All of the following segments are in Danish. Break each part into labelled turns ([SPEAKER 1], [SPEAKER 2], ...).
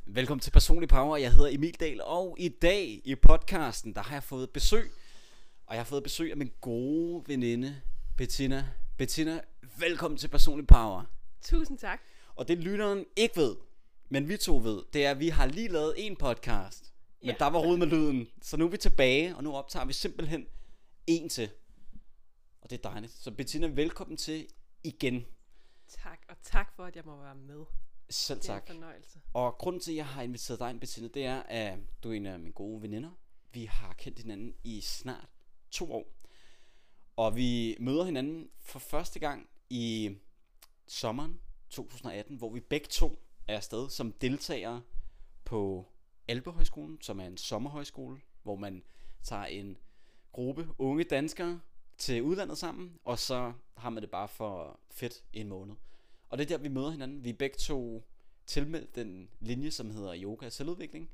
[SPEAKER 1] Velkommen til Personlig Power. Jeg hedder Emil Dahl, og i dag i podcasten, der har jeg fået besøg. Og jeg har fået besøg af min gode veninde, Bettina. Bettina, velkommen til Personlig Power.
[SPEAKER 2] Tusind tak.
[SPEAKER 1] Og det lytteren ikke ved, men vi to ved, det er, at vi har lige lavet en podcast. Men der var rod med lyden, så nu er vi tilbage, og nu optager vi simpelthen en til. Og det er dejligt. Så Bettina, velkommen til igen.
[SPEAKER 2] Tak, og tak for, at jeg må være med.
[SPEAKER 1] Selv tak.
[SPEAKER 2] Det er en fornøjelse.
[SPEAKER 1] Og grunden til, at jeg har inviteret dig ind, Bettina, det er, at du er en af mine gode veninder. Vi har kendt hinanden i snart 2 år. Og vi møder hinanden for første gang i sommeren 2018, hvor vi begge to er afsted som deltagere på Alpehøjskolen, som er en sommerhøjskole, hvor man tager en gruppe unge danskere til udlandet sammen, og så har man det bare for fedt i en måned. Og det er der, vi møder hinanden. Vi er begge to tilmeldt den linje, som hedder yoga og selvudvikling.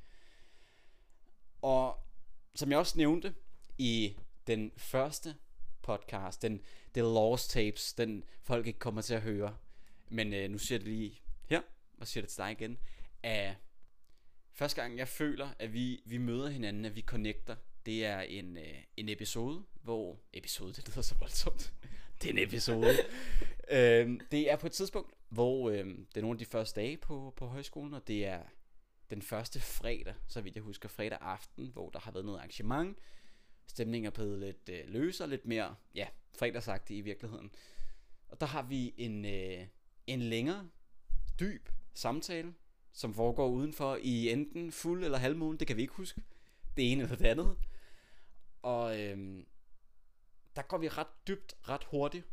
[SPEAKER 1] Og som jeg også nævnte i den første podcast, The Lost Tapes, den folk ikke kommer til at høre. Men nu siger det lige her, og siger det til dig igen. At første gang jeg føler, at vi møder hinanden, at vi connecter, det er en episode, hvor... Episode, det lyder så voldsomt. Det er en episode. Det er på et tidspunkt, hvor det er nogle af de første dage på højskolen, og det er den første fredag, så vidt jeg husker, fredag aften, hvor der har været noget arrangement. Stemningen er blevet lidt løsere, lidt mere, fredagsagtig i virkeligheden. Og der har vi en længere, dyb samtale, som foregår udenfor i enten fuld eller halvmåne, det kan vi ikke huske. Det ene eller det andet. Og der går vi ret dybt, ret hurtigt.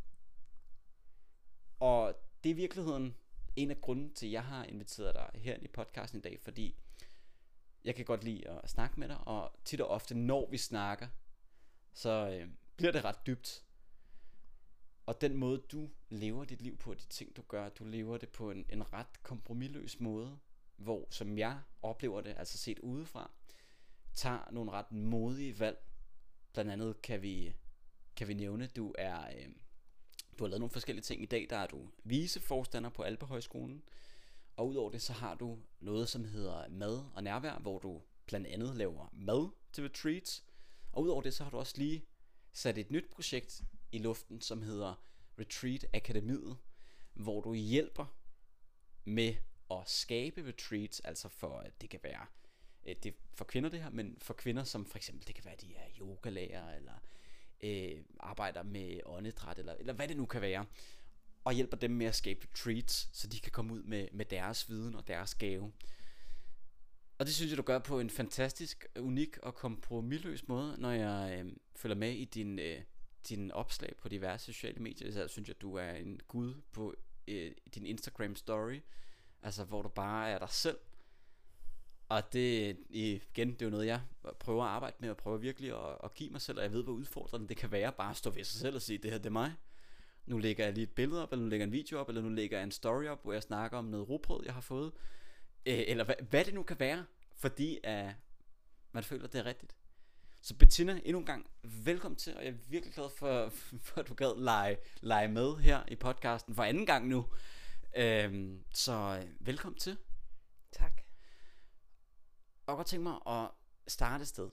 [SPEAKER 1] Og det er i virkeligheden en af grunden til, at jeg har inviteret dig her i podcasten i dag, fordi jeg kan godt lide at snakke med dig, og tit og ofte, når vi snakker, så bliver det ret dybt. Og den måde, du lever dit liv på, de ting, du gør, du lever det på en ret kompromisløs måde, hvor, som jeg oplever det, altså set udefra, tager nogle ret modige valg. Blandt andet kan vi nævne, at du har lavet nogle forskellige ting. I dag der er du viceforstander på Alpehøjskolen. Og udover det, så har du noget, som hedder mad og nærvær, hvor du blandt andet laver mad til retreats. Og udover det, så har du også lige sat et nyt projekt i luften, som hedder Retreat Akademiet, hvor du hjælper med at skabe retreats, altså for at det kan være det er for kvinder det her, men for kvinder som for eksempel, det kan være de er yogalærer eller arbejder med åndedræt eller hvad det nu kan være, og hjælper dem med at skabe retreats, så de kan komme ud med deres viden og deres gave. Og det synes jeg du gør på en fantastisk, unik og kompromisløs måde. Når jeg følger med i din opslag på diverse sociale medier, så synes jeg du er en gud på din Instagram story, altså hvor du bare er dig selv. Og det igen, det er jo noget jeg prøver at arbejde med, og prøver virkelig at give mig selv, og jeg ved hvor udfordrende det kan være, bare at stå ved sig selv og sige, det her det er mig. Nu lægger jeg lige et billede op, eller nu lægger jeg en video op, eller nu lægger jeg en story op, hvor jeg snakker om noget rugbrød jeg har fået, eller hvad det nu kan være, fordi man føler det er rigtigt. Så Bettina, endnu en gang velkommen til, og jeg er virkelig glad for at du gad lege med her i podcasten for anden gang nu. Så velkommen til.
[SPEAKER 2] Tak.
[SPEAKER 1] Og jeg godt tænke mig at starte et sted.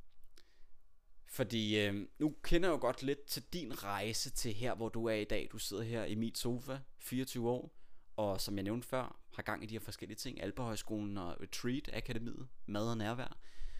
[SPEAKER 1] Fordi nu kender jeg jo godt lidt til din rejse til her, hvor du er i dag. Du sidder her i mit sofa, 24 år, og som jeg nævnte før, har gang i de her forskellige ting. Alpehøjskolen og Retreat Akademiet, mad og nærvær.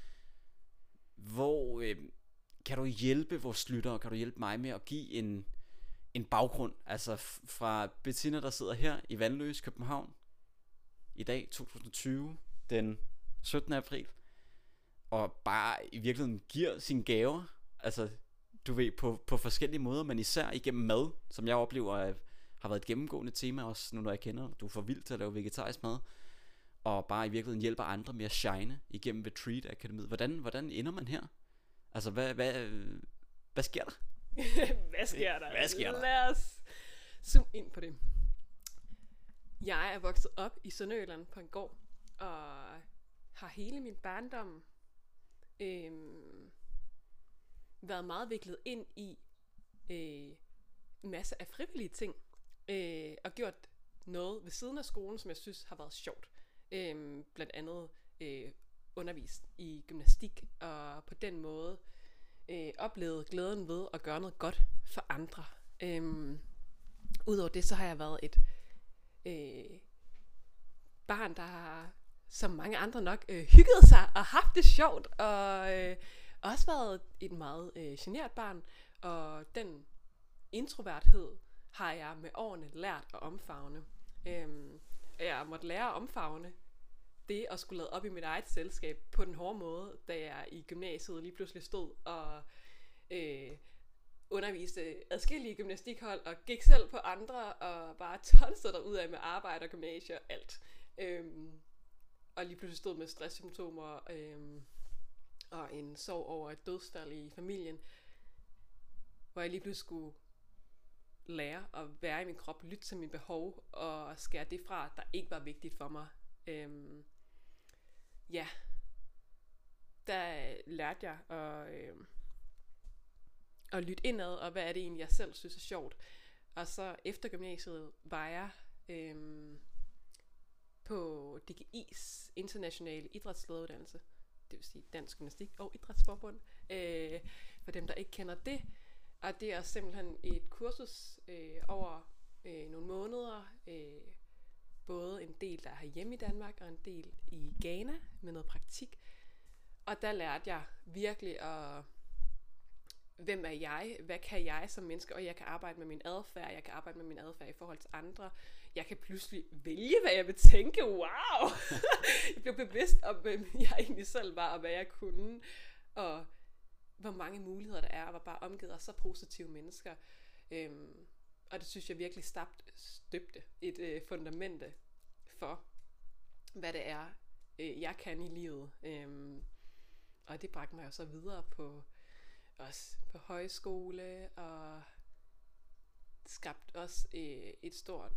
[SPEAKER 1] Hvor kan du hjælpe vores lyttere, kan du hjælpe mig med at give en baggrund, altså fra Bettina, der sidder her i Vanløse, København, i dag 2020, den 17. april, og bare i virkeligheden giver sine gaver, altså du ved, på forskellige måder, men især igennem mad, som jeg oplever har været et gennemgående tema også nu, når jeg kender du er for vild til at lave vegetarisk mad, og bare i virkeligheden hjælper andre med at shine igennem Retreat Akademiet. Hvordan ender man her? Altså hvad sker der?
[SPEAKER 2] Hvad sker der?
[SPEAKER 1] Hvad sker der?
[SPEAKER 2] Lad os zoome ind på det. Jeg er vokset op i Sønderjylland på en gård, og har hele min barndom været meget viklet ind i masser af frivillige ting, og gjort noget ved siden af skolen, som jeg synes har været sjovt. Blandt andet undervist i gymnastik, og på den måde oplevet glæden ved at gøre noget godt for andre. Udover det, så har jeg været et barn, der har, som mange andre nok, hygget sig og haft det sjovt, og også været et meget genert barn, og den introverthed har jeg med årene lært at omfavne. Jeg måtte lære at omfavne det at skulle lade op i mit eget selskab på den hårde måde, da jeg i gymnasiet lige pludselig stod og underviste adskillige gymnastikhold og gik selv på andre og bare tonsede derud af med arbejde og gymnasie og alt. Og lige pludselig stod med stresssymptomer og en sorg over et dødsfald i familien, hvor jeg lige pludselig skulle lære at være i min krop, lytte til mine behov og skære det fra, der ikke var vigtigt for mig. Ja, der lærte jeg at lytte indad, og hvad er det egentlig, jeg selv synes er sjovt. Og så efter gymnasiet var jeg på DGI's internationale idrætslederuddannelse, det vil sige Dansk Gymnastik og Idrætsforbund, for dem, der ikke kender det. Og det er simpelthen et kursus over nogle måneder, både en del, der er hjemme i Danmark, og en del i Ghana med noget praktik. Og der lærte jeg virkelig hvem er jeg, hvad kan jeg som menneske, og jeg kan arbejde med min adfærd, jeg kan arbejde med min adfærd i forhold til andre. Jeg kan pludselig vælge, hvad jeg vil tænke. Wow! Jeg blev bevidst om, hvem jeg egentlig selv var, og hvad jeg kunne, og hvor mange muligheder der er, og var bare omgivet af så positive mennesker. Og det synes jeg virkelig støbte et fundamente for, hvad det er, jeg kan i livet. Og det bragte mig jo så videre også på højskole, og skabt også en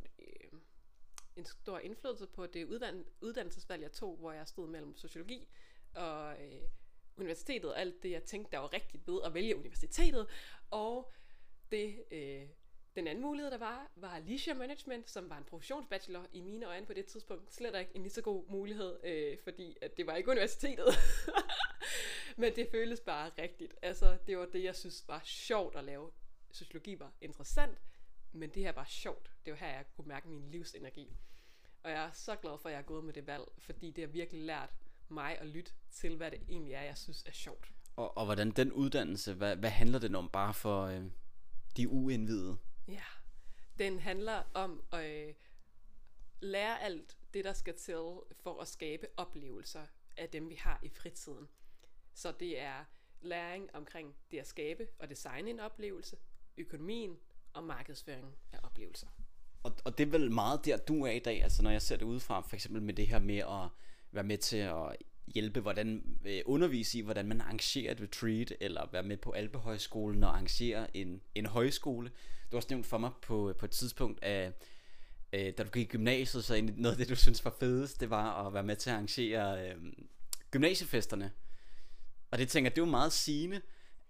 [SPEAKER 2] stor indflydelse på det uddannelsesvalg, jeg tog, hvor jeg stod mellem sociologi og universitetet, og alt det, jeg tænkte, der var rigtigt ved at vælge universitetet, og den anden mulighed, der var leisure management, som var en professionsbachelor i mine øjne på det tidspunkt. Slet ikke en lige så god mulighed, fordi at det var ikke universitetet. Men det føltes bare rigtigt. Altså, det var det, jeg synes var sjovt at lave. Sociologi var interessant, men det her var sjovt. Det var her, jeg kunne mærke min livsenergi. Og jeg er så glad for, at jeg er gået med det valg, fordi det har virkelig lært mig at lytte til, hvad det egentlig er, jeg synes er sjovt.
[SPEAKER 1] Og hvordan den uddannelse, hvad handler den om bare for de uindvidede?
[SPEAKER 2] Ja, den handler om at lære alt det, der skal til for at skabe oplevelser af dem, vi har i fritiden. Så det er læring omkring det at skabe og designe en oplevelse, økonomien og markedsføring af oplevelser.
[SPEAKER 1] Og det er vel meget der, du er i dag, altså når jeg ser det udefra, for eksempel med det her med at være med til at hjælpe, undervise i, hvordan man arrangerer et retreat, eller være med på Alpehøjskolen og arrangere en højskole. Du har også nævnt for mig på et tidspunkt, da du gik i gymnasiet, så noget af det, du synes var fedest, det var at være med til at arrangere gymnasiefesterne. Og det tænker jeg, det er jo meget sigende.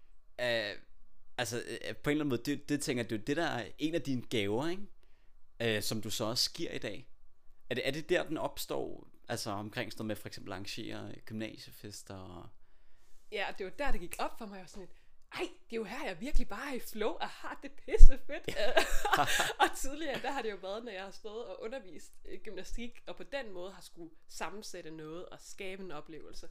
[SPEAKER 1] Altså på en eller anden måde, det tænker jeg, det der er en af dine gaver, ikke? Som du så også giver i dag. Er det der, den opstår, altså omkring sådan noget med for eksempel arrangere gymnasiefester? Og
[SPEAKER 2] ja, det var der, det gik op for mig, og sådan det er jo her, jeg virkelig bare er i flow og har det pisse fedt. Og tidligere, der har det jo været, når jeg har stået og undervist gymnastik, og på den måde har skulle sammensætte noget og skabe en oplevelse.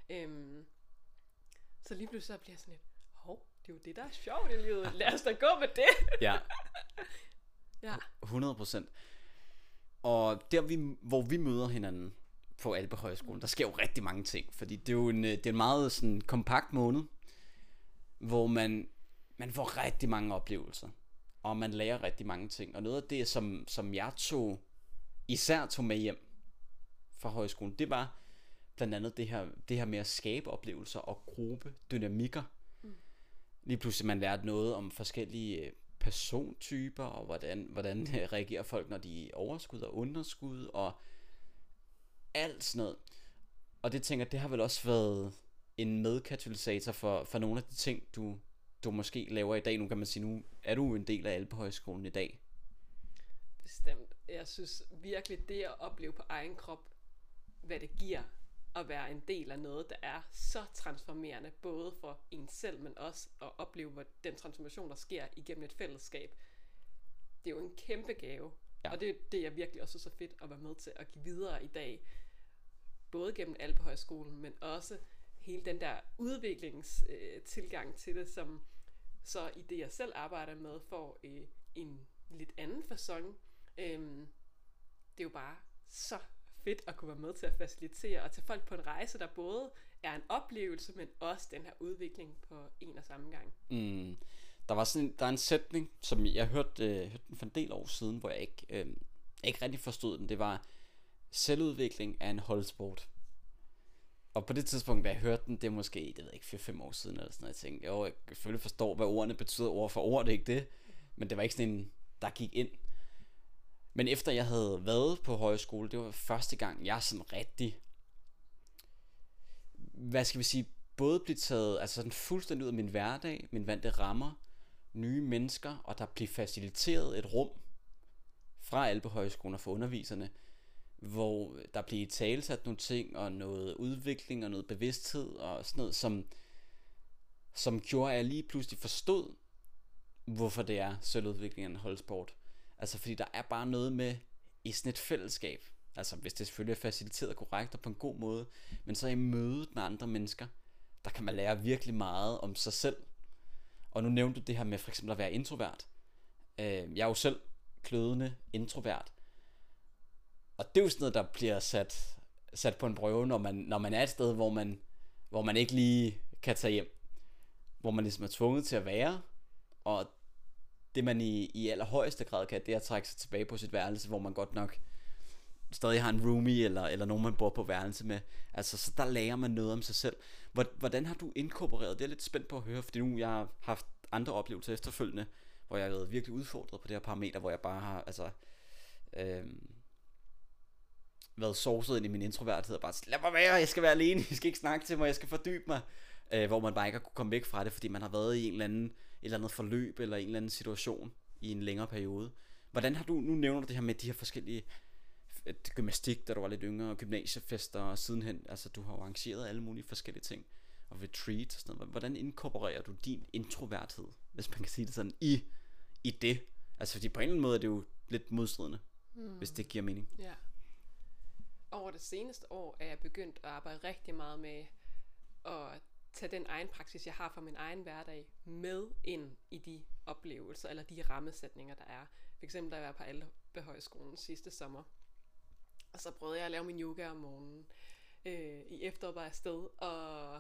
[SPEAKER 2] Så lige pludselig så bliver jeg sådan lidt, det er jo det, der er sjovt i livet. Lad os da gå med det.
[SPEAKER 1] Ja.
[SPEAKER 2] Ja.
[SPEAKER 1] 100%. Og der, hvor vi møder hinanden på Alpehøjskolen, der sker jo rigtig mange ting. Fordi det er jo det er en meget sådan kompakt måned, hvor man får rigtig mange oplevelser. Og man lærer rigtig mange ting. Og noget af det, som jeg især tog med hjem fra højskolen, det var blandt andet det her med at skabe oplevelser og gruppedynamikker. Lige pludselig man lærte noget om forskellige persontyper, og hvordan reagerer folk, når de er overskud og underskud, og alt sådan noget. Og det tænker, det har vel også været en medkatalysator for nogle af de ting, du måske laver i dag. Nu kan man sige, nu er du en del af Alpehøjskolen i dag.
[SPEAKER 2] Bestemt. Jeg synes virkelig, det at opleve på egen krop, hvad det giver at være en del af noget, der er så transformerende, både for en selv, men også at opleve den transformation, der sker igennem et fællesskab. Det er jo en kæmpe gave, og det er det, jeg virkelig også synes er fedt at være med til at give videre i dag. Både gennem Alpehøjskolen, men også hele den der udviklingstilgang til det, som så i det, jeg selv arbejder med, får en lidt anden facon. Det er jo bare så fedt at kunne være med til at facilitere og tage folk på en rejse, der både er en oplevelse, men også den her udvikling på en og samme gang.
[SPEAKER 1] Der er en sætning, som jeg hørte den for en del år siden, hvor jeg ikke rigtig forstod den. Det var, selvudvikling er en holdsport. Og på det tidspunkt, da jeg hørte den, det er måske, det ved jeg ikke, 4-5 år siden eller sådan noget, jeg tænkte, jeg selvfølgelig forstår, hvad ordene betyder ord for ord, det er ikke det, men det var ikke sådan en, der gik ind. Men efter jeg havde været på højskole, det var første gang, jeg sådan rigtig, hvad skal vi sige, både blev taget altså sådan fuldstændig ud af min hverdag, min vante rammer, nye mennesker, og der blev faciliteret et rum fra Alpehøjskolen og for underviserne, hvor der blev italesat nogle ting, og noget udvikling, og noget bevidsthed, og sådan noget, som gjorde, at jeg lige pludselig forstod, hvorfor det er selvudvikling af en holdsport. Altså fordi der er bare noget med i sådan et fællesskab, altså hvis det selvfølgelig er faciliteret korrekt og på en god måde, men så i mødet med andre mennesker, der kan man lære virkelig meget om sig selv. Og nu nævnte du det her med for eksempel at være introvert. Jeg er jo selv klødende introvert, og det er jo sådan noget, der bliver sat på en prøve, når man er et sted, hvor man ikke lige kan tage hjem, hvor man ligesom er tvunget til at være, og det man i allerhøjeste grad kan, det er at trække sig tilbage på sit værelse, hvor man godt nok stadig har en roomie, eller nogen man bor på værelse med. Altså, så der lærer man noget om sig selv. Hvordan har du inkorporeret? Det er jeg lidt spændt på at høre, fordi nu jeg har haft andre oplevelser efterfølgende, hvor jeg har været virkelig udfordret på det her parameter, hvor jeg bare har været sovset ind i min introverthed og bare lad mig være, jeg skal være alene, jeg skal ikke snakke til mig, jeg skal fordybe mig, hvor man bare ikke har kunne komme væk fra det, fordi man har været i et eller andet forløb eller en eller anden situation i en længere periode. Hvordan har du, nu nævner du det her med de her forskellige gymnastik, da du var lidt yngre, og gymnasiefester og sidenhen, altså du har arrangeret alle mulige forskellige ting, og retreat og sådan noget. Hvordan inkorporerer du din introverthed, hvis man kan sige det sådan, i det? Altså fordi på en eller anden måde er det jo lidt modstridende, hvis det giver mening.
[SPEAKER 2] Ja. Over det seneste år er jeg begyndt at arbejde rigtig meget med at tage den egen praksis, jeg har fra min egen hverdag, med ind i de oplevelser, eller de rammesætninger, der er. For eksempel, da jeg var på Alpehøjskolen sidste sommer, og så prøvede jeg at lave min yoga om morgenen. I efteråret var jeg afsted, og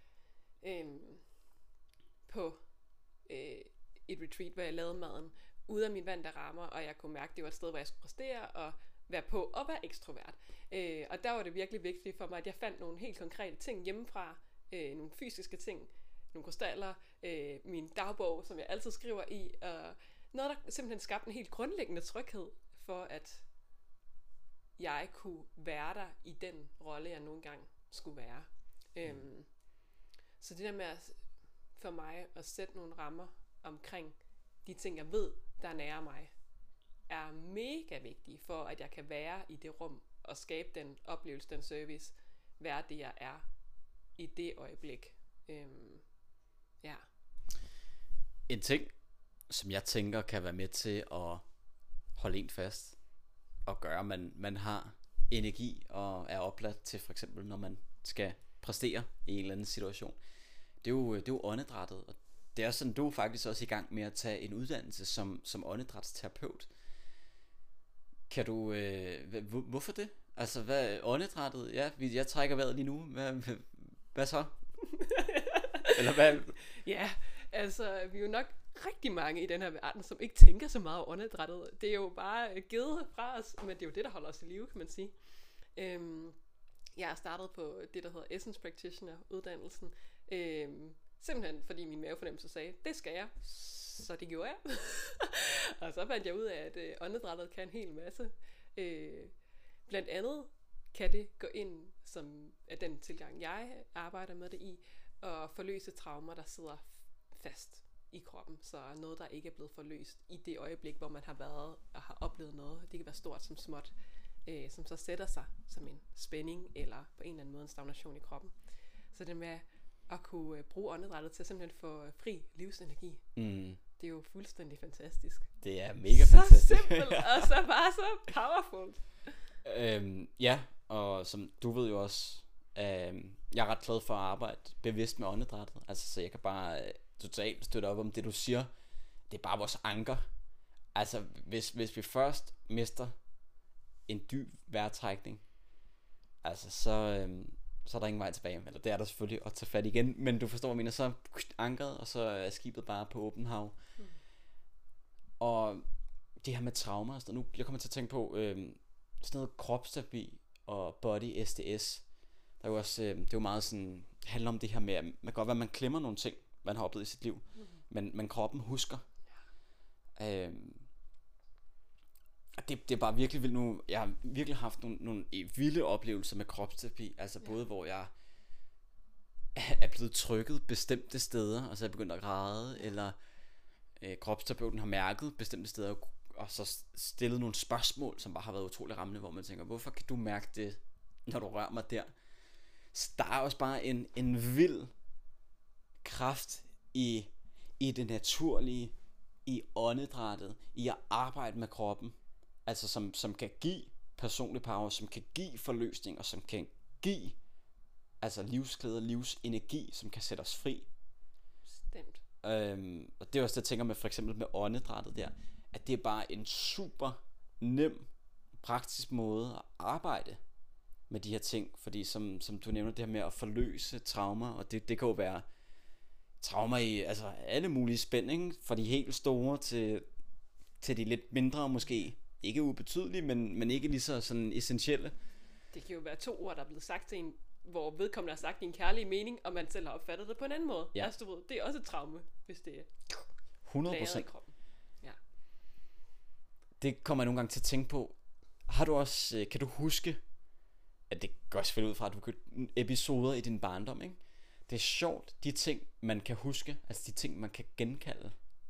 [SPEAKER 2] på et retreat, hvor jeg lavede maden ude af min vante rammer, og jeg kunne mærke, at det var et sted, hvor jeg skulle præstere og være på og være ekstrovert. Og der var det virkelig vigtigt for mig, at jeg fandt nogle helt konkrete ting hjemmefra, nogle fysiske ting, nogle krystaller, min dagbog, som jeg altid skriver i, og noget, der simpelthen skabte en helt grundlæggende tryghed for, at jeg kunne være der i den rolle, jeg nogle gange skulle være. Så det der med for mig at sætte nogle rammer omkring de ting, jeg ved, der nærer mig, er mega vigtige for, at jeg kan være i det rum og skabe den oplevelse, den service, være det, jeg er i det øjeblik. Ja.
[SPEAKER 1] En ting, som jeg tænker kan være med til at holde en fast og gøre, at man har energi og er opladt til, for eksempel når man skal præstere i en eller anden situation, det er jo åndedrættet. Og det er sådan, du er faktisk også i gang med at tage en uddannelse som åndedrætsterapeut. Kan du hvorfor det? Altså hvad åndedrættet? Ja, jeg trækker vejret lige nu. Hvad så? Eller hvad?
[SPEAKER 2] Ja, altså vi er jo nok rigtig mange i den her verden, som ikke tænker så meget over åndedrættet. Det er jo bare givet fra os, men det er jo det, der holder os i live, kan man sige. Jeg er startet på det, der hedder Essence Practitioner uddannelsen. Simpelthen fordi min mavefornemmelse sagde, det skal jeg. Så det gjorde jeg. Og så fandt jeg ud af, at åndedrættet kan en hel masse. Blandt andet kan det gå ind, som er den tilgang, jeg arbejder med det i, og forløse traumer, der sidder fast i kroppen. Så noget, der ikke er blevet forløst i det øjeblik, hvor man har været og har oplevet noget. Det kan være stort som småt. som så sætter sig som en spænding, eller på en eller anden måde en stagnation i kroppen. Så det med at kunne bruge åndedrættet til at simpelthen få fri livsenergi, det er jo fuldstændig fantastisk.
[SPEAKER 1] Det er mega fantastisk.
[SPEAKER 2] Så simpelt, og så bare så powerful.
[SPEAKER 1] Ja, og som du ved jo også, jeg er ret glad for at arbejde bevidst med åndedrættet. Altså, så jeg kan bare totalt støtte op om det, du siger. Det er bare vores anker. Altså, hvis vi først mister en dyb vejrtrækning, altså, så er der ingen vej tilbage. Eller det er der selvfølgelig at tage fat igen. Men du forstår, hvad jeg mener, så ankeret, og så er skibet bare på åben hav. Og det her med traumer, så nu jeg kommer til at tænke på sådan noget kropsterapi og body SDS. Der er jo også, det er jo meget sådan, handler om det her med, at man kan godt være, at man glemmer nogle ting, man har oplevet i sit liv, men kroppen husker. Og det er bare virkelig vildt nu. Jeg har virkelig haft nogle vilde oplevelser med kropsterapi. Altså både hvor jeg er blevet trykket bestemte steder, og så er jeg begyndt at græde, eller kropsterapeuten har mærket bestemte steder, og så stillet nogle spørgsmål, som bare har været utrolig rammende, hvor man tænker, hvorfor kan du mærke det, når du rører mig der? Så der er også bare en vild kraft i det naturlige, i åndedrættet, i at arbejde med kroppen, altså som kan give personlig power, som kan give forløsning, og som kan give altså livsglæde, livsenergi, som kan sætte os fri.
[SPEAKER 2] Bestemt.
[SPEAKER 1] Og det er også det, jeg tænker med for eksempel med åndedrættet der, at det er bare en super nem, praktisk måde at arbejde med de her ting, fordi som du nævner, det her med at forløse traumer, og det kan jo være traumer i altså alle mulige spænd, fra de helt store til de lidt mindre, måske ikke ubetydelige, men ikke lige så sådan essentielle.
[SPEAKER 2] Det kan jo være 2 ord, der er blevet sagt til en, hvor vedkommende har sagt en kærlig mening, og man selv har opfattet det på en anden måde.
[SPEAKER 1] Ja.
[SPEAKER 2] Altså, du ved, det er også et traume, hvis det er
[SPEAKER 1] 100%.
[SPEAKER 2] i kroppen. Ja.
[SPEAKER 1] Det kommer jeg nogle gange til at tænke på. Har du også, kan du huske, at det går selvfølgelig ud fra, at du har købt episoder i din barndom, ikke? Det er sjovt, de ting, man kan huske, altså de ting, man kan genkalde.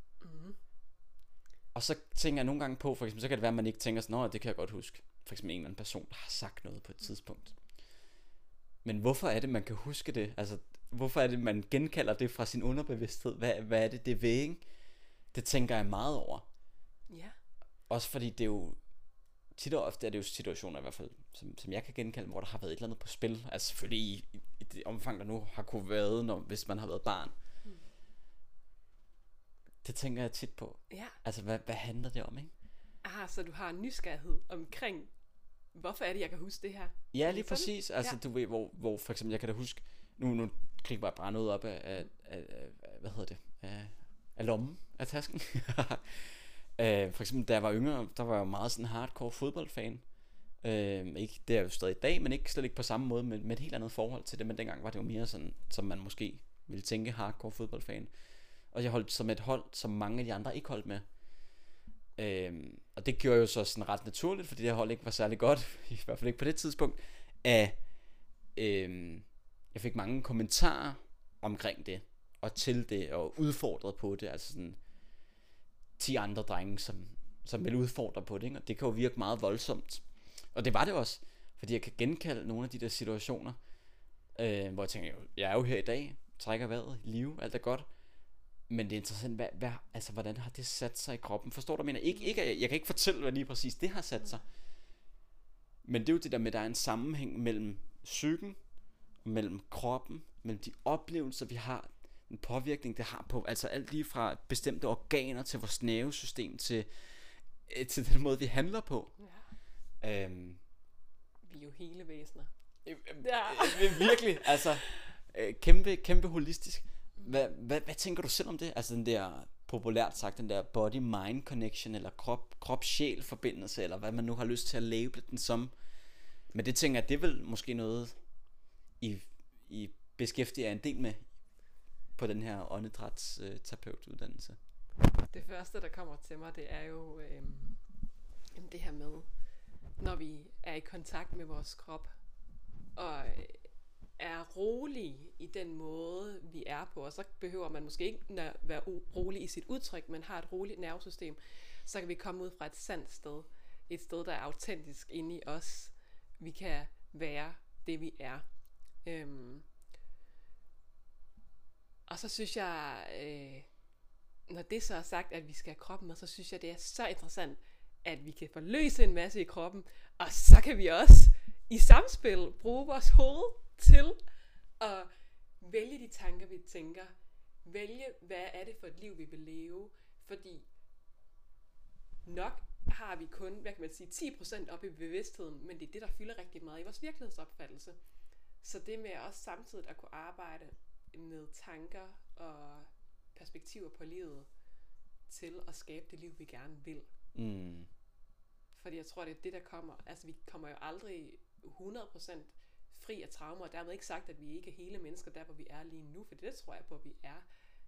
[SPEAKER 1] Og så tænker jeg nogle gange på, for eksempel, så kan det være, at man ikke tænker sådan, det kan jeg godt huske. For eksempel en eller anden person, der har sagt noget på et tidspunkt. Men hvorfor er det, man kan huske det? Altså, hvorfor er det, man genkalder det fra sin underbevidsthed? Hvad er det ved, ikke? Det tænker jeg meget over.
[SPEAKER 2] Ja.
[SPEAKER 1] Også fordi det er jo, tit og ofte er det jo situationer i hvert fald, som jeg kan genkalde, hvor der har været et eller andet på spil. Altså selvfølgelig i det omfang, der nu har kunne været, hvis man har været barn. Det tænker jeg tit på.
[SPEAKER 2] Ja.
[SPEAKER 1] Altså, hvad handler det om, ikke?
[SPEAKER 2] Så du har en nysgerrighed omkring, hvorfor er det, jeg kan huske det her?
[SPEAKER 1] Ja, lige præcis. Altså, du ved, hvor for eksempel, jeg kan da huske, nu griber jeg bare noget op af hvad hedder det? Af lommen af tasken. For eksempel, da jeg var yngre, der var jeg jo meget sådan hardcore fodboldfan. Ikke, det er jo stadig i dag, men slet ikke på samme måde, med et helt andet forhold til det. Men dengang var det jo mere sådan, som man måske ville tænke hardcore fodboldfan. Og jeg holdt som et hold, som mange af de andre ikke holdt med. Og det gjorde jo så sådan ret naturligt, fordi det hold ikke var særlig godt, i hvert fald ikke på det tidspunkt, at jeg fik mange kommentarer omkring det, og til det, og udfordret på det, altså sådan 10 andre drenge, som ville udfordre på det, ikke? Og det kan jo virke meget voldsomt. Og det var det også, fordi jeg kan genkalde nogle af de der situationer, hvor jeg tænker, jeg er jo her i dag, trækker vejret, live, alt er godt. Men det er interessant, altså, hvordan har det sat sig i kroppen? Forstår du, hvad jeg mener? Jeg kan ikke fortælle, hvad lige præcis det har sat sig. Men det er jo det der med, at der er en sammenhæng mellem psyken, mellem kroppen, mellem de oplevelser, vi har, den påvirkning, det har på, altså alt lige fra bestemte organer til vores nervesystem, til den måde, vi handler på.
[SPEAKER 2] Ja. Vi er jo hele væsener.
[SPEAKER 1] Virkelig, altså kæmpe holistisk. Hvad tænker du selv om det? Altså den der, populært sagt, den der body-mind connection, eller krop-sjæl forbindelse, eller hvad man nu har lyst til at label den som. Men det tænker jeg, det er vel måske noget, I beskæftiger en del med på den her åndedrætsterapeutuddannelse.
[SPEAKER 2] Det første, der kommer til mig, det er jo det her med, når vi er i kontakt med vores krop, og er rolig i den måde, vi er på, og så behøver man måske ikke være rolig i sit udtryk, men har et roligt nervesystem, så kan vi komme ud fra et sandt sted. et sted, der er autentisk inde i os. Vi kan være det, vi er. Og så synes jeg, når det så er sagt, at vi skal have kroppen med, så synes jeg, det er så interessant, at vi kan forløse en masse i kroppen, og så kan vi også i samspil bruge vores hoved til at vælge de tanker, vi tænker. Vælge, hvad er det for et liv, vi vil leve. Fordi nok har vi kun, hvad kan man sige, 10% op i bevidstheden, men det er det, der fylder rigtig meget i vores virkelighedsopfattelse. Så det med også samtidig at kunne arbejde med tanker og perspektiver på livet til at skabe det liv, vi gerne vil. Fordi jeg tror, det er det, der kommer. Altså, vi kommer jo aldrig 100% fri af traumer, og dermed ikke sagt, at vi ikke er hele mennesker, der hvor vi er lige nu, for det tror jeg på, at vi er.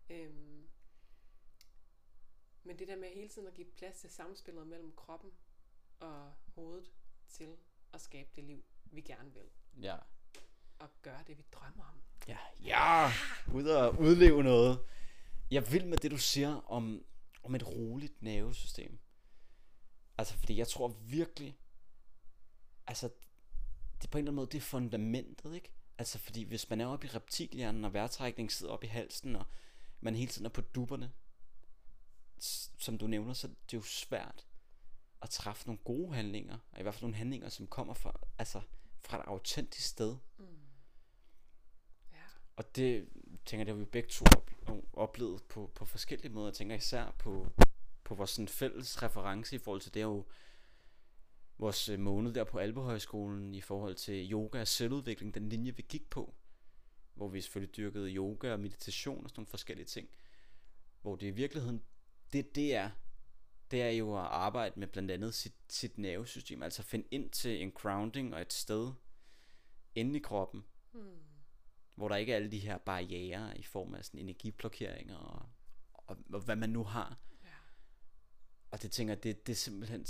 [SPEAKER 2] Men det der med hele tiden at give plads til samspillet mellem kroppen og hovedet til at skabe det liv, vi gerne vil.
[SPEAKER 1] Ja.
[SPEAKER 2] Og gøre det, vi drømmer om.
[SPEAKER 1] Ja, ud og udleve noget. Jeg vil med det, du siger om et roligt nervesystem. Altså, fordi jeg tror virkelig, altså, det på en eller anden måde, det er fundamentet, ikke? Altså, fordi hvis man er oppe i reptilhjernen, og vejrtrækningen sidder oppe i halsen, og man hele tiden er på dupperne, som du nævner, så det er jo svært at træffe nogle gode handlinger, og i hvert fald nogle handlinger, som kommer fra et autentisk sted.
[SPEAKER 2] Ja.
[SPEAKER 1] Og det tænker jeg, det har vi begge to oplevet på forskellige måder. Jeg tænker især på vores sådan fælles reference i forhold til det, er jo vores måned der på Alpehøjskolen i forhold til yoga og selvudvikling, den linje vi gik på, hvor vi selvfølgelig dyrkede yoga og meditation og sådan nogle forskellige ting, hvor det i virkeligheden det er jo at arbejde med blandt andet sit nervesystem, altså finde ind til en grounding og et sted inde i kroppen, hvor der ikke er alle de her barrierer i form af sådan energiblokeringer og hvad man nu har.
[SPEAKER 2] Ja.
[SPEAKER 1] Og det tænker jeg, det er simpelthen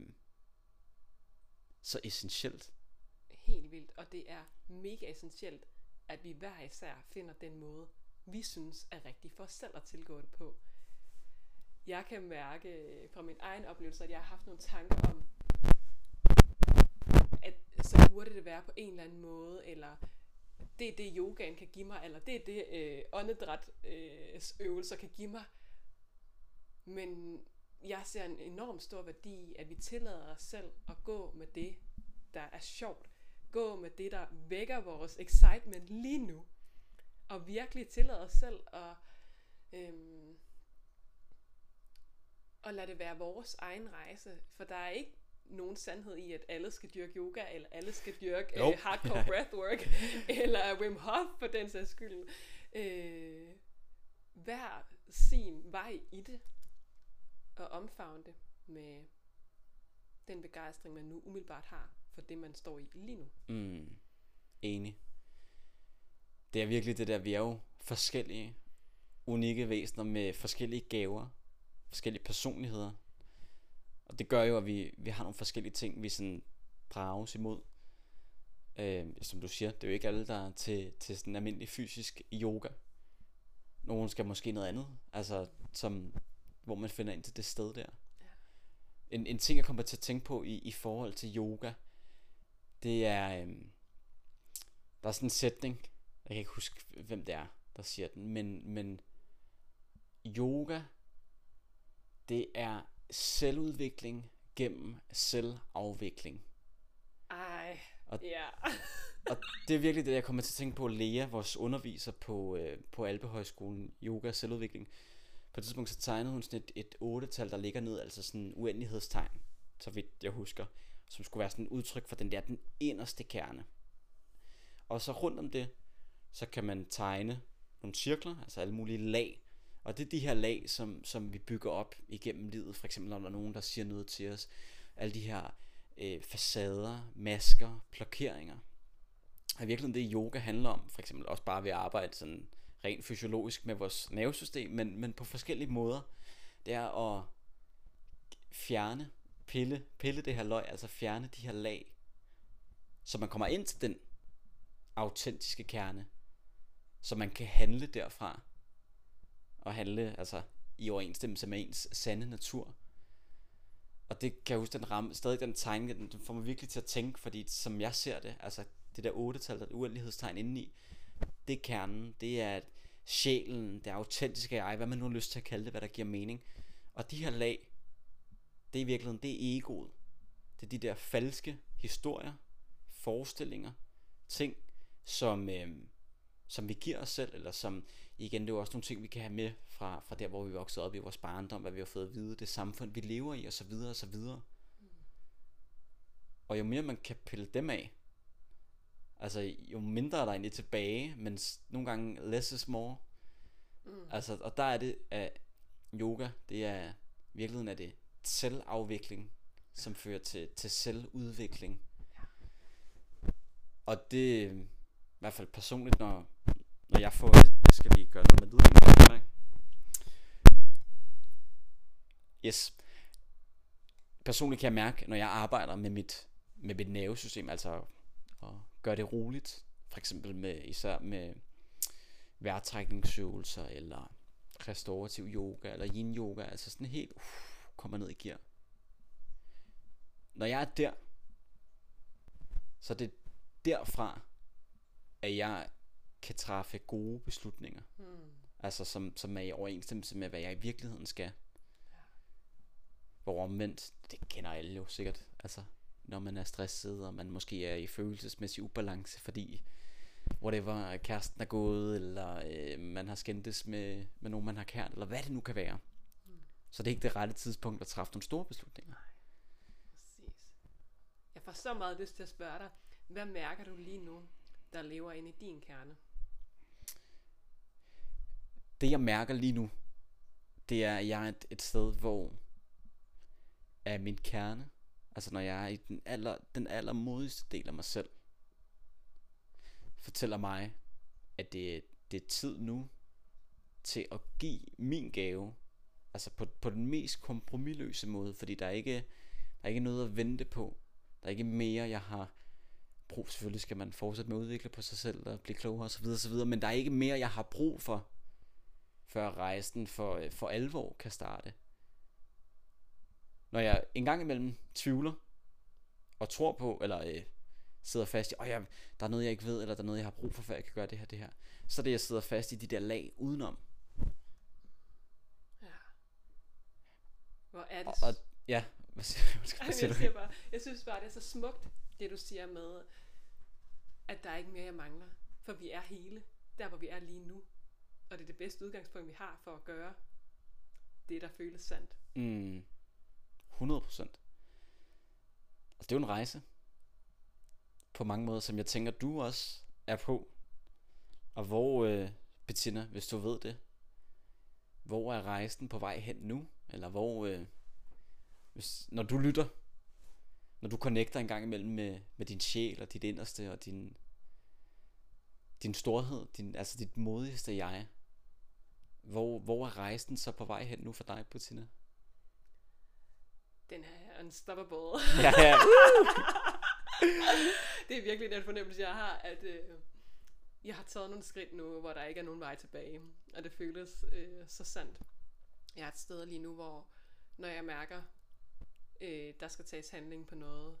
[SPEAKER 1] så essentielt.
[SPEAKER 2] Helt vildt, og det er mega essentielt, at vi hver især finder den måde, vi synes er rigtig for os selv at tilgå det på. Jeg kan mærke fra min egen oplevelse, at jeg har haft nogle tanker om, at så burde det være på en eller anden måde, eller det er det yogaen kan give mig, eller det er det åndedrætsøvelser kan give mig. Men jeg ser en enorm stor værdi i, at vi tillader os selv at gå med det, der er sjovt. Gå med det, der vækker vores excitement lige nu. Og virkelig tillader os selv at lade det være vores egen rejse. For der er ikke nogen sandhed i, at alle skal dyrke yoga, eller alle skal dyrke hardcore breathwork, eller Wim Hof for den sags skyld. Hver sin vej i det, og omfavne det med den begejstring, man nu umiddelbart har for det, man står i lige nu.
[SPEAKER 1] Enig. Det er virkelig det der, vi er jo forskellige, unikke væsener med forskellige gaver, forskellige personligheder. Og det gør jo, at vi har nogle forskellige ting, vi sådan drages imod. Som du siger, det er jo ikke alle, der er til sådan almindelig fysisk yoga. Nogen skal måske noget andet, altså hvor man finder ind til det sted der.
[SPEAKER 2] Ja.
[SPEAKER 1] En ting, jeg kommer til at tænke på i forhold til yoga, det er, der er sådan en sætning, jeg kan ikke huske, hvem det er, der siger den, men yoga, det er selvudvikling gennem selvafvikling.
[SPEAKER 2] Ej,
[SPEAKER 1] og,
[SPEAKER 2] ja.
[SPEAKER 1] Og det er virkelig det, jeg kommer til at tænke på. Lea, vores underviser på Alpehøjskolen, yoga og selvudvikling, på et tidspunkt så tegnede hun sådan et 8-tal, der ligger ned, altså sådan en uendelighedstegn, så vidt jeg husker, som skulle være sådan et udtryk for den inderste kerne. Og så rundt om det, så kan man tegne nogle cirkler, altså alle mulige lag. Og det er de her lag, som vi bygger op igennem livet. For eksempel når der er nogen, der siger noget til os. Alle de her facader, masker, blokeringer. Og i virkeligheden det yoga handler om, for eksempel også bare ved at arbejde sådan rent fysiologisk med vores nervesystem, men på forskellige måder. Det er at fjerne, pille det her løg, altså fjerne de her lag, så man kommer ind til den autentiske kerne, så man kan handle derfra, og handle altså i overensstemmelse med ens sande natur. Og det kan jeg huske, den ramme, stadig den tegning, den får mig virkelig til at tænke, fordi som jeg ser det, altså det der 8-tal, der er et uendelighedstegn indeni, det er kernen, det er sjælen, det autentiske jeg, hvad man nu har lyst til at kalde det, hvad der giver mening. Og de her lag, det er i virkeligheden, det er egoet. Det er de der falske historier, forestillinger, ting, som vi giver os selv, eller som, igen, det er jo også nogle ting, vi kan have med fra der, hvor vi voksede op i vores barndom, hvad vi har fået at vide, det samfund, vi lever i, og så videre, og så videre. Og jo mere man kan pille dem af, altså jo mindre er der egentlig tilbage, men nogle gange less is more. Altså, og der er det, at yoga, det er, i virkeligheden er det selvafvikling, som fører til selvudvikling. Og det, i hvert fald personligt, når jeg får, jeg skal lige gøre noget med lydningen. Yes. Personligt kan jeg mærke, når jeg arbejder med mit nervesystem, altså at gøre det roligt, for eksempel især med vejrtrækningsøvelser, eller restaurativ yoga, eller yin yoga, altså sådan helt, kommer ned i gear. Når jeg er der, så er det derfra, at jeg kan træffe gode beslutninger. Altså som er i overensstemmelse med, hvad jeg i virkeligheden skal. Hvor omvendt, det kender alle jo sikkert, altså når man er stresset, og man måske er i følelsesmæssig ubalance, fordi whatever, kæresten er gået, eller man har skændtes med nogen, man har kært, eller hvad det nu kan være. Så det er ikke det rette tidspunkt at træffe nogle store beslutninger.
[SPEAKER 2] Nej, præcis. Jeg får så meget lyst til at spørge dig, hvad mærker du lige nu, der lever inde i din kerne?
[SPEAKER 1] Det jeg mærker lige nu, det er, at jeg er et sted, hvor er min kerne, altså når jeg er i den allermodigste del af mig selv, fortæller mig, at det er tid nu til at give min gave, altså på den mest kompromisløse måde, fordi der er ikke noget at vente på. Der er ikke mere, jeg har brug. Selvfølgelig skal man fortsætte med at udvikle på sig selv og blive klogere osv., men der er ikke mere, jeg har brug for, før rejsen for alvor kan starte. Når jeg engang imellem tvivler og tror på, eller sidder fast i, der er noget jeg ikke ved, eller der er noget jeg har brug for, før jeg kan gøre det her, så er det jeg sidder fast i de der lag udenom.
[SPEAKER 2] Ja. Hvor er det?
[SPEAKER 1] Og ja, hvad siger du?
[SPEAKER 2] Jeg synes bare, det er så smukt, det du siger med, at der er ikke mere, jeg mangler. For vi er hele, der hvor vi er lige nu. Og det er det bedste udgangspunkt, vi har for at gøre det, der føles sandt.
[SPEAKER 1] 100%. Altså det er jo en rejse. På mange måder, som jeg tænker, du også er på. Og hvor, Bettina, hvis du ved det, hvor er rejsen på vej hen nu? Eller hvor, når du lytter, når du connecter en gang imellem med din sjæl og dit inderste og din storhed, altså dit modigste jeg, hvor er rejsen så på vej hen nu for dig, Bettina?
[SPEAKER 2] Den er unstoppable.
[SPEAKER 1] Ja.
[SPEAKER 2] Det er virkelig den fornemmelse, jeg har, at jeg har taget nogle skridt nu, hvor der ikke er nogen vej tilbage. Og det føles så sandt. Jeg er et sted lige nu, hvor når jeg mærker, der skal tages handling på noget,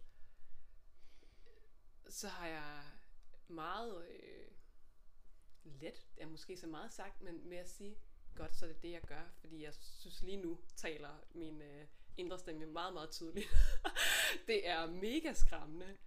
[SPEAKER 2] så har jeg meget let, er måske så meget sagt, men med at sige, godt, så er det det, jeg gør. Fordi jeg synes lige nu taler min indre stemme meget, meget tydeligt. Det er mega skræmmende.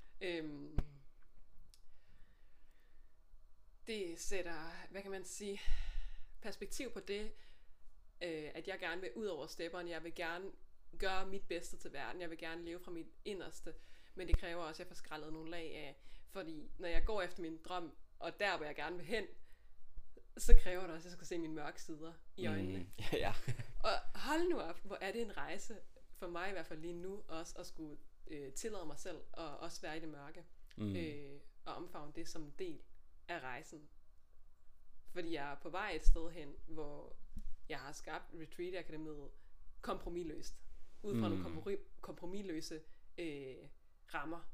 [SPEAKER 2] Det sætter, hvad kan man sige, perspektiv på det, at jeg gerne vil ud over stepperne. Jeg vil gerne gøre mit bedste til verden. Jeg vil gerne leve fra mit inderste. Men det kræver også, at jeg får skrællet nogle lag af. Fordi når jeg går efter min drøm, og der hvor jeg gerne vil hen, så kræver det også, at jeg skal se mine mørke sider i øjnene.
[SPEAKER 1] Ja.
[SPEAKER 2] Og hold nu op, hvor er det en rejse, for mig i hvert fald lige nu, også at skulle tillade mig selv, og også være i det mørke. Og omfavne det som en del af rejsen. Fordi jeg er på vej et sted hen, hvor jeg har skabt Retreat Akademiet kompromisløst. Ud fra nogle kompromisløse rammer.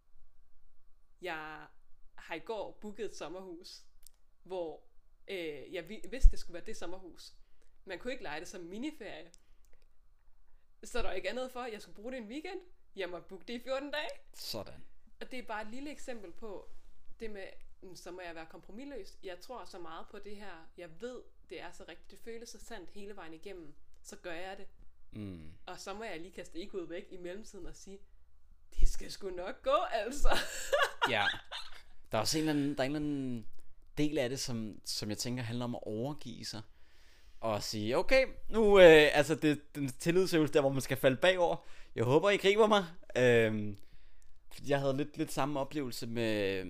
[SPEAKER 2] Jeg har i går booket et sommerhus, hvor jeg vidste, det skulle være det sommerhus. Man kunne ikke leje det som miniferie. Så er der ikke andet for, jeg skulle bruge det en weekend. Jeg må booke det i 14 dage.
[SPEAKER 1] Sådan.
[SPEAKER 2] Og det er bare et lille eksempel på det med, så må jeg være kompromisløs. Jeg tror så meget på det her. Jeg ved, det er så rigtigt. Det føles så sandt hele vejen igennem. Så gør jeg det. Og så må jeg lige kaste egoet væk i mellemtiden og sige, det skal sgu nok gå, altså.
[SPEAKER 1] Ja. Der er også en eller anden del af det, som jeg tænker handler om at overgive sig. Og sige, okay, nu, altså det er den tillidsøvelse der, hvor man skal falde bagover. Jeg håber, I griber mig. Jeg havde lidt samme oplevelse med,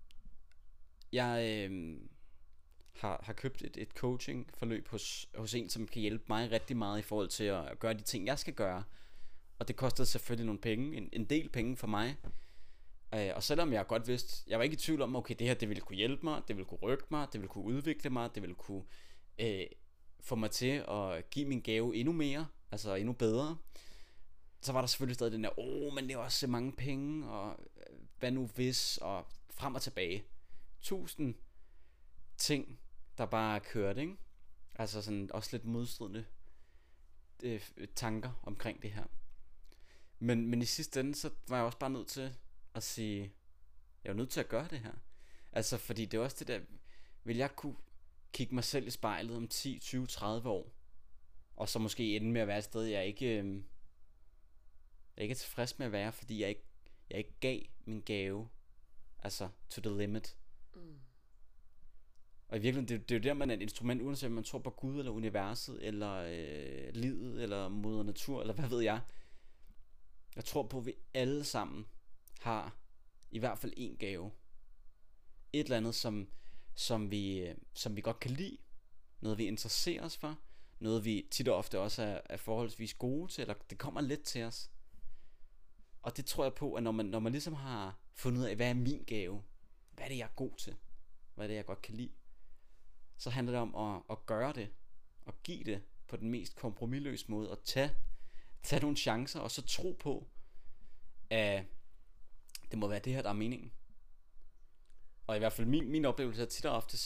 [SPEAKER 1] jeg har købt et coaching forløb hos en, som kan hjælpe mig rigtig meget i forhold til at gøre de ting, jeg skal gøre. Og det kostede selvfølgelig nogle penge, en del penge for mig. Og selvom jeg godt vidste, jeg var ikke i tvivl om, okay, det her, det ville kunne hjælpe mig, det ville kunne rykke mig, det ville kunne udvikle mig, det ville kunne få mig til at give min gave endnu mere, altså endnu bedre. Så var der selvfølgelig stadig den der, men det er også mange penge, og hvad nu hvis, og frem og tilbage. 1000 ting, der bare kørt, ikke? Altså sådan også lidt modstridende tanker omkring det her. Men i sidste ende, så var jeg også bare nødt til at sige, jeg er nødt til at gøre det her. Altså fordi det er også det der, vil jeg kunne kigge mig selv i spejlet om 10, 20, 30 år, og så måske ende med at være et sted, jeg ikke er tilfreds med at være, fordi jeg ikke gav min gave, altså to the limit. Og i virkeligheden, det er jo der, man er et instrument, uanset om man tror på Gud, eller universet, eller livet, eller moder natur, eller hvad ved jeg. Jeg tror på, at vi alle sammen har i hvert fald en gave. Et eller andet, som vi godt kan lide. Noget vi interesserer os for. Noget vi tit og ofte også er forholdsvis gode til, eller det kommer let til os. Og det tror jeg på, at når man ligesom har fundet ud af, hvad er min gave? Hvad er det, jeg er god til? Hvad er det, jeg godt kan lide? Så handler det om at gøre det. Og give det på den mest kompromisløse måde. Og tage nogle chancer, og så tro på, at det må være det her, der er meningen. Og i hvert fald min oplevelse er tit og ofte,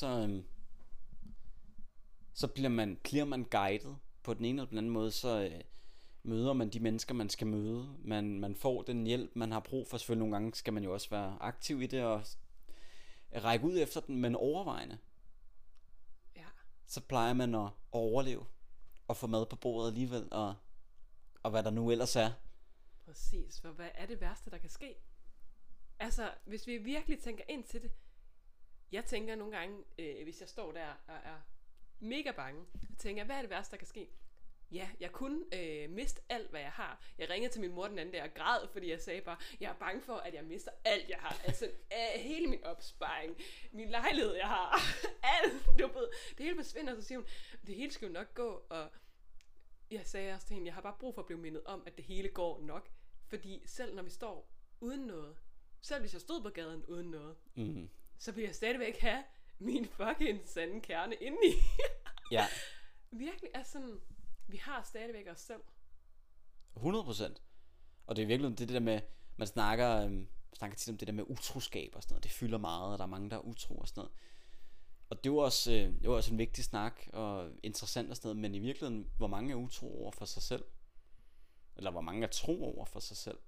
[SPEAKER 1] så bliver man guidet på den ene eller den anden måde, så møder man de mennesker, man skal møde. Man får den hjælp, man har brug for. Selvfølgelig nogle gange skal man jo også være aktiv i det og række ud efter den, men overvejende.
[SPEAKER 2] Ja.
[SPEAKER 1] Så plejer man at overleve og få mad på bordet alligevel, og hvad der nu ellers er.
[SPEAKER 2] Præcis, for hvad er det værste, der kan ske? Altså, hvis vi virkelig tænker ind til det. Jeg tænker nogle gange, hvis jeg står der og er mega bange, tænker jeg, hvad er det værste, der kan ske? Ja, jeg kunne miste alt, hvad jeg har. Jeg ringede til min mor den anden dag og græd, fordi jeg sagde bare, jeg er bange for, at jeg mister alt, jeg har. Altså, hele min opsparing, min lejlighed, jeg har, alt, du ved, det hele forsvinder, så siger hun, det hele skal jo nok gå, og jeg sagde også til hende, jeg har bare brug for at blive mindet om, at det hele går nok, fordi selv når vi står uden noget, selv hvis jeg stod på gaden uden noget, så vil jeg stadigvæk have min fucking sande kerne indeni.
[SPEAKER 1] Ja.
[SPEAKER 2] Virkelig er sådan, vi har stadigvæk os selv.
[SPEAKER 1] 100%. Og det er virkelig det der med, man snakker tit om det der med utroskab og sådan noget. Det fylder meget, og der er mange, der er utro og sådan noget. Og det er jo også en vigtig snak og interessant og sådan noget, men i virkeligheden, hvor mange er utro over for sig selv? Eller hvor mange er tro over for sig selv?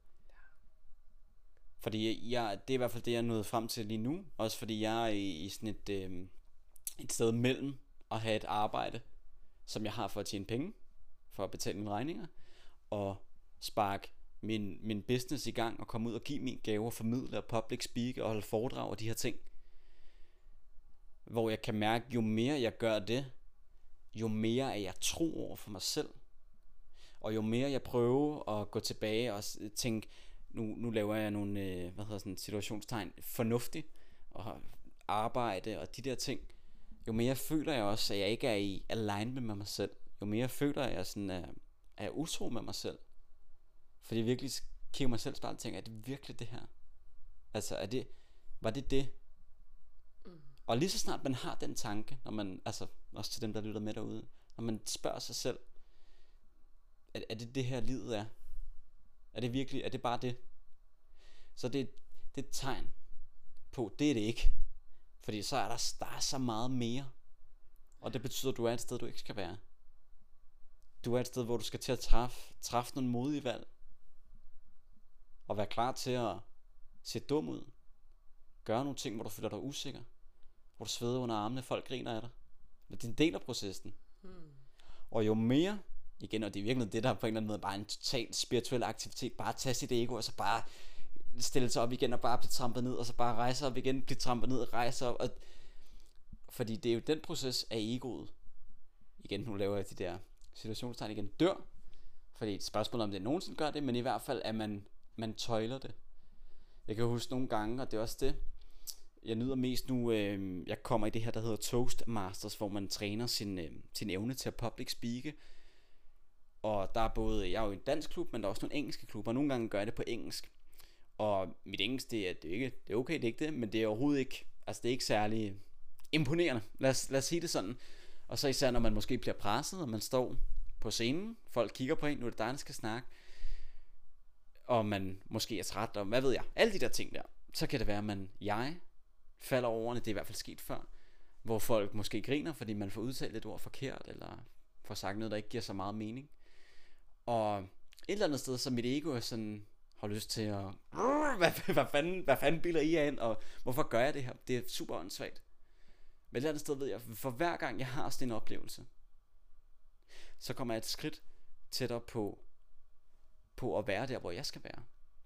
[SPEAKER 1] Fordi det er i hvert fald det, jeg er nået frem til lige nu. Også fordi jeg er i sådan et sted mellem at have et arbejde, som jeg har for at tjene penge, for at betale mine regninger, og sparke min business i gang, og komme ud og give min gaver, formidle og public speak og holde foredrag og de her ting. Hvor jeg kan mærke, jo mere jeg gør det, jo mere er jeg tro over for mig selv. Og jo mere jeg prøver at gå tilbage og tænke, nu laver jeg nogle, situationstegn, fornuftigt, og arbejde og de der ting, jo mere føler jeg også, at jeg ikke er i alignment med mig selv. Jo mere føler jeg sådan, at jeg er utro med mig selv. Fordi jeg virkelig kigger mig selv spejlet og tænker, er det virkelig det her? Altså, var det? Og lige så snart man har den tanke, når man, altså også til dem, der lytter med derude, når man spørger sig selv, er det her livet er? Er det virkelig, er det bare det? Så det er et tegn på, det er det ikke. Fordi så er der er så meget mere. Og det betyder, at du er et sted, du ikke skal være. Du er et sted, hvor du skal til at træffe nogle modige valg. Og være klar til at se dum ud. Gøre nogle ting, hvor du føler dig usikker. Hvor du sveder under armene, folk griner af dig. Men det er en del af processen. Og jo mere, igen, og det er virkelig det, der på en eller anden måde bare en total spirituel aktivitet, bare tage sit ego, og så bare stille sig op igen, og bare blive trampet ned, og så bare rejse op igen, blive trampet ned, og rejse op, og fordi det er jo den proces af egoet, igen, nu laver jeg de der situationstegn igen, dør, fordi et spørgsmål om det nogensinde gør det, men i hvert fald, at man tøjler det. Jeg kan huske nogle gange, og det er også det, jeg nyder mest nu, jeg kommer i det her, der hedder Toastmasters, hvor man træner sin evne til at public speake. Og der er både, jeg er jo i en dansk klub, men der er også nogle engelske klubber, og nogle gange gør jeg det på engelsk. Og mit engelsk, det er okay, det er ikke det, men det er overhovedet ikke, altså det er ikke særlig imponerende, lad os sige det sådan. Og så især når man måske bliver presset, og man står på scenen, folk kigger på en, nu er det dig, der skal snakke, og man måske er træt, og hvad ved jeg, alle de der ting der, så kan det være, at jeg falder over ordene, det er i hvert fald sket før, hvor folk måske griner, fordi man får udtalt et ord forkert, eller får sagt noget, der ikke giver så meget mening. Og et eller andet sted, så mit ego er sådan, har lyst til at, hvad fanden bilder I af ind, og hvorfor gør jeg det her? Det er super åndssvagt. Men et eller andet sted ved jeg, for hver gang jeg har sådan en oplevelse, så kommer jeg et skridt tættere på at være der, hvor jeg skal være.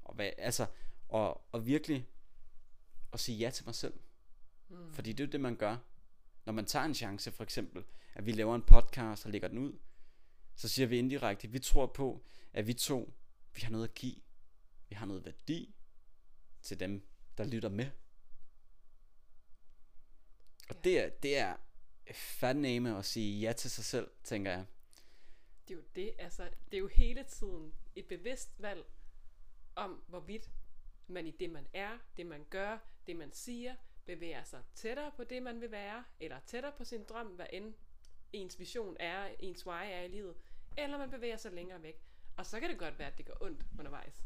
[SPEAKER 1] Og virkelig at sige ja til mig selv. Fordi det er jo det, man gør. Når man tager en chance, for eksempel, at vi laver en podcast og lægger den ud, så siger vi indirekte, vi tror på, at vi har noget at give. Vi har noget værdi til dem, der lytter med. Og det er fandeme at sige ja til sig selv, tænker jeg.
[SPEAKER 2] Det er jo det, altså, det er jo hele tiden et bevidst valg om, hvorvidt man i det, man er, det man gør, det man siger, bevæger sig tættere på det, man vil være, eller tættere på sin drøm, hvad end ens vision er, ens why er i livet, eller man bevæger sig længere væk. Og så kan det godt være, at det gør ondt undervejs.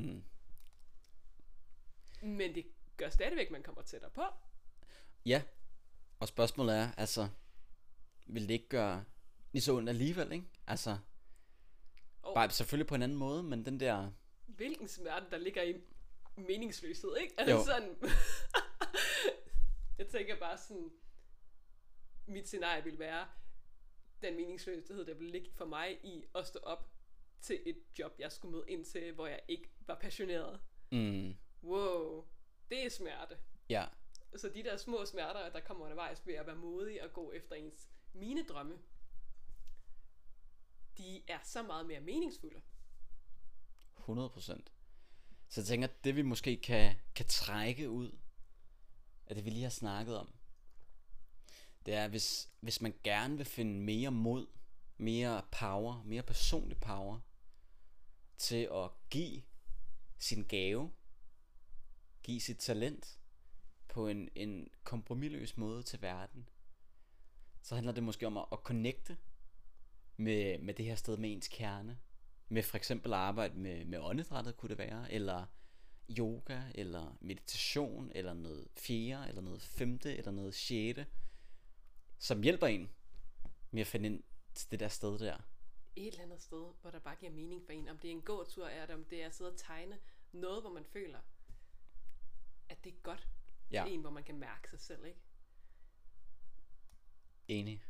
[SPEAKER 2] Men det gør stadigvæk, at man kommer tættere på.
[SPEAKER 1] Ja, og spørgsmålet er, altså, vil det ikke gøre lige så ondt alligevel, ikke? Altså, bare selvfølgelig på en anden måde, men den der...
[SPEAKER 2] Hvilken smerte, der ligger i meningsløshed, ikke? Altså sådan... Jeg tænker bare sådan... Mit scenarie vil være, den meningsløshed, der vil ligge for mig i at stå op til et job, jeg skulle møde ind til, hvor jeg ikke var passioneret. Wow, det er smerte.
[SPEAKER 1] Ja.
[SPEAKER 2] Så de der små smerter, der kommer undervejs ved at være modig og gå efter ens mine drømme, de er så meget mere meningsfulde.
[SPEAKER 1] 100%. Så jeg tænker, at det vi måske kan trække ud af det vi lige har snakket om, det er, hvis man gerne vil finde mere mod, mere power, mere personlig power til at give sin gave, give sit talent på en kompromisløs måde til verden, så handler det måske om at connecte med det her sted, med ens kerne, med for eksempel arbejde med åndedrættet, kunne det være, eller yoga, eller meditation, eller noget fjerde, eller noget femte, eller noget sjette, som hjælper en med at finde ind til det der sted der.
[SPEAKER 2] Et eller andet sted, hvor der bare giver mening for en. Om det er en gåtur, eller om det er at sidde og tegne noget, hvor man føler, at det er godt til en, hvor man kan mærke sig selv, ikke?
[SPEAKER 1] Enig.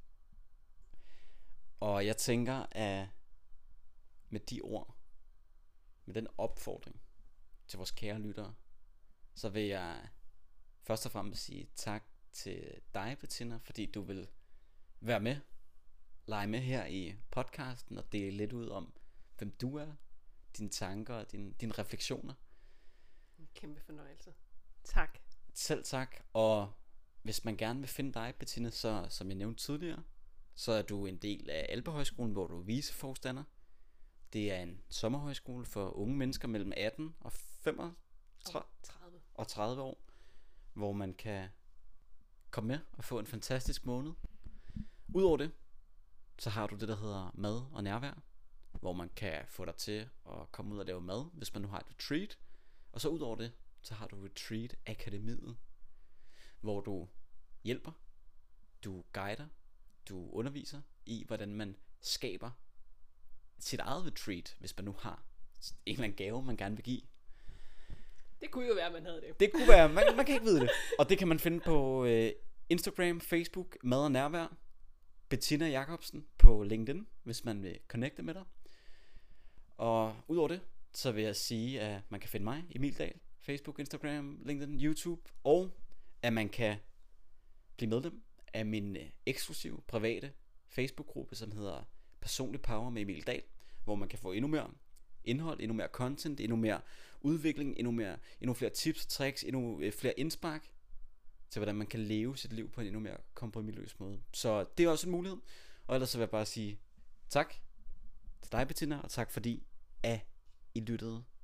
[SPEAKER 1] Og jeg tænker, at med de ord, med den opfordring til vores kære lyttere, så vil jeg først og fremmest sige tak til dig, Bettina, fordi du vil være med, lege med her i podcasten og dele lidt ud om, hvem du er, dine tanker og dine refleksioner.
[SPEAKER 2] En kæmpe fornøjelse. Tak.
[SPEAKER 1] Selv tak. Og hvis man gerne vil finde dig, Bettina, så som jeg nævnte tidligere, så er du en del af Alpehøjskolen, hvor du er viceforstander. Det er en sommerhøjskole for unge mennesker mellem 18 og 30 år, hvor man kan komme med og få en fantastisk måned. Udover det, så har du det, der hedder mad og nærvær, hvor man kan få dig til at komme ud og lave mad, hvis man nu har et retreat. Og så udover det, så har du Retreat Akademiet, hvor du hjælper, du guider, du underviser i, hvordan man skaber sit eget retreat, hvis man nu har en eller anden gave, man gerne vil give.
[SPEAKER 2] Det kunne jo være, man havde det.
[SPEAKER 1] Det kunne være, man kan ikke vide det. Og det kan man finde på Instagram, Facebook, Mad og Nærvær. Bettina Jacobsen på LinkedIn, hvis man vil connecte med dig. Og udover det, så vil jeg sige, at man kan finde mig, Emil Dahl, Facebook, Instagram, LinkedIn, YouTube, og at man kan blive medlem af min eksklusive, private Facebook-gruppe, som hedder Personlig Power med Emil Dahl, hvor man kan få endnu mere indhold, endnu mere content, endnu mere udvikling, endnu flere tips, tricks, endnu flere indspark til hvordan man kan leve sit liv på en endnu mere kompromisløs måde. Så det er også en mulighed. Og ellers så vil jeg bare sige tak til dig, Bettina, og tak fordi at I lyttede